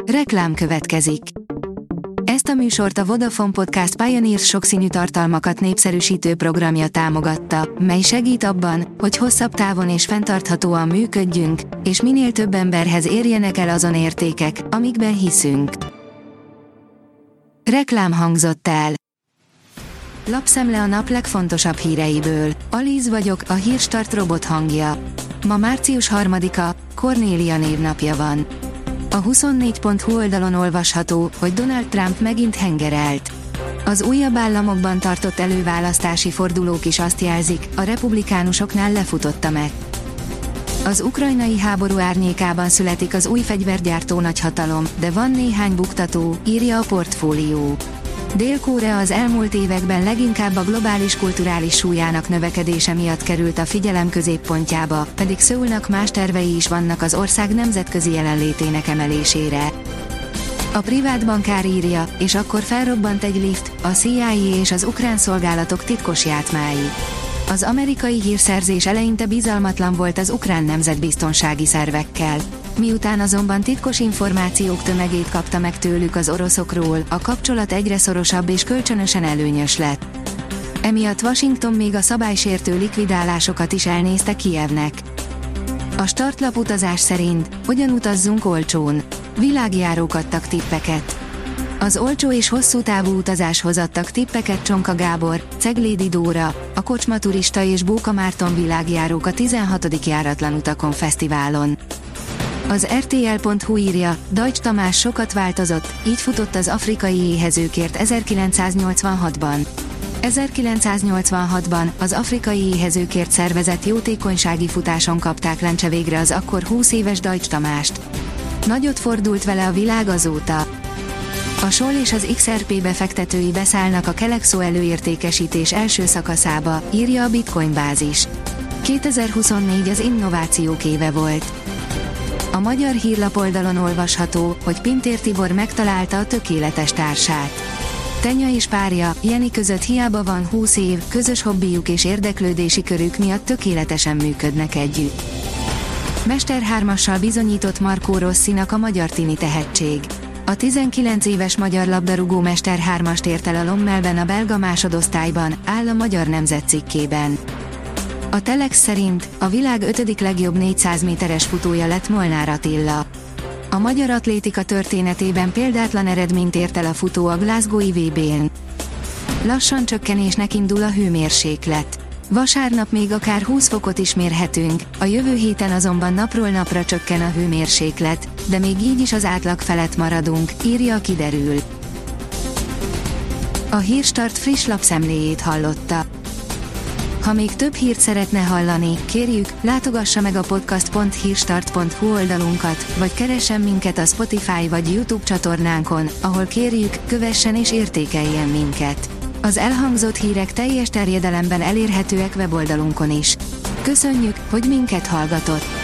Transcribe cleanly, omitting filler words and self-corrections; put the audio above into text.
Reklám következik. Ezt a műsort a Vodafone Podcast Pioneers sokszínű tartalmakat népszerűsítő programja támogatta, mely segít abban, hogy hosszabb távon és fenntarthatóan működjünk, és minél több emberhez érjenek el azon értékek, amikben hiszünk. Reklám hangzott el. Lapszemle a nap legfontosabb híreiből. Alíz vagyok, a Hírstart robot hangja. Ma március 3-a, Kornélia névnapja van. A 24.hu oldalon olvasható, hogy Donald Trump megint hengerelt. Az újabb államokban tartott előválasztási fordulók is azt jelzik, a republikánusoknál lefutott a meccs. Az ukrajnai háború árnyékában születik az új fegyvergyártó nagyhatalom, de van néhány buktató, írja a Portfólió. Dél-Korea az elmúlt években leginkább a globális kulturális súlyának növekedése miatt került a figyelem középpontjába, pedig Szöulnak más tervei is vannak az ország nemzetközi jelenlétének emelésére. A privát bankár írja, és akkor felrobbant egy lift, a CIA és az ukrán szolgálatok titkos játmái. Az amerikai hírszerzés eleinte bizalmatlan volt az ukrán nemzetbiztonsági szervekkel. Miután azonban titkos információk tömegét kapta meg tőlük az oroszokról, a kapcsolat egyre szorosabb és kölcsönösen előnyös lett. Emiatt Washington még a szabálysértő likvidálásokat is elnézte Kijevnek. A startlap utazás szerint, hogyan utazzunk olcsón. Világjárók adtak tippeket. Az olcsó és hosszú távú utazáshoz adtak tippeket Csonka Gábor, Ceglédi Dóra, a Kocsma Turista és Bóka Márton világjárók a 16. járatlan utakon fesztiválon. Az RTL.hu írja, Deutsch Tamás sokat változott, így futott az afrikai éhezőkért 1986-ban. 1986-ban az afrikai éhezőkért szervezett jótékonysági futáson kapták lencse végre az akkor 20 éves Deutsch Tamást. Nagyot fordult vele a világ azóta. A SOL és az XRP befektetői beszállnak a Kelexo előértékesítés első szakaszába, írja a Bitcoin bázis. 2024 az innovációk éve volt. A magyar hírlapoldalon olvasható, hogy Pintér Tibor megtalálta a tökéletes társát. Tenya és párja, Jenny között hiába van 20 év, közös hobbijuk és érdeklődési körük miatt tökéletesen működnek együtt. Mester 3-assal bizonyított Marco Rossinak a magyar tini tehetség. A 19 éves magyar labdarúgó Mester 3-ast ért el a Lommelben a belga másodosztályban, áll a Magyar Nemzet cikkében. A Telex szerint a világ 5. legjobb 400 méteres futója lett Molnár Attila. A magyar atlétika történetében példátlan eredményt ért el a futó a Glasgow-i VB-n. Lassan csökkenésnek indul a hőmérséklet. Vasárnap még akár 20 fokot is mérhetünk, a jövő héten azonban napról napra csökken a hőmérséklet, de még így is az átlag felett maradunk, írja a Kiderül. A Hírstart friss lapszemléjét hallotta. Ha még több hírt szeretne hallani, kérjük, látogassa meg a podcast.hírstart.hu oldalunkat, vagy keressen minket a Spotify vagy YouTube csatornánkon, ahol kérjük, kövessen és értékeljen minket. Az elhangzott hírek teljes terjedelemben elérhetőek weboldalunkon is. Köszönjük, hogy minket hallgatott!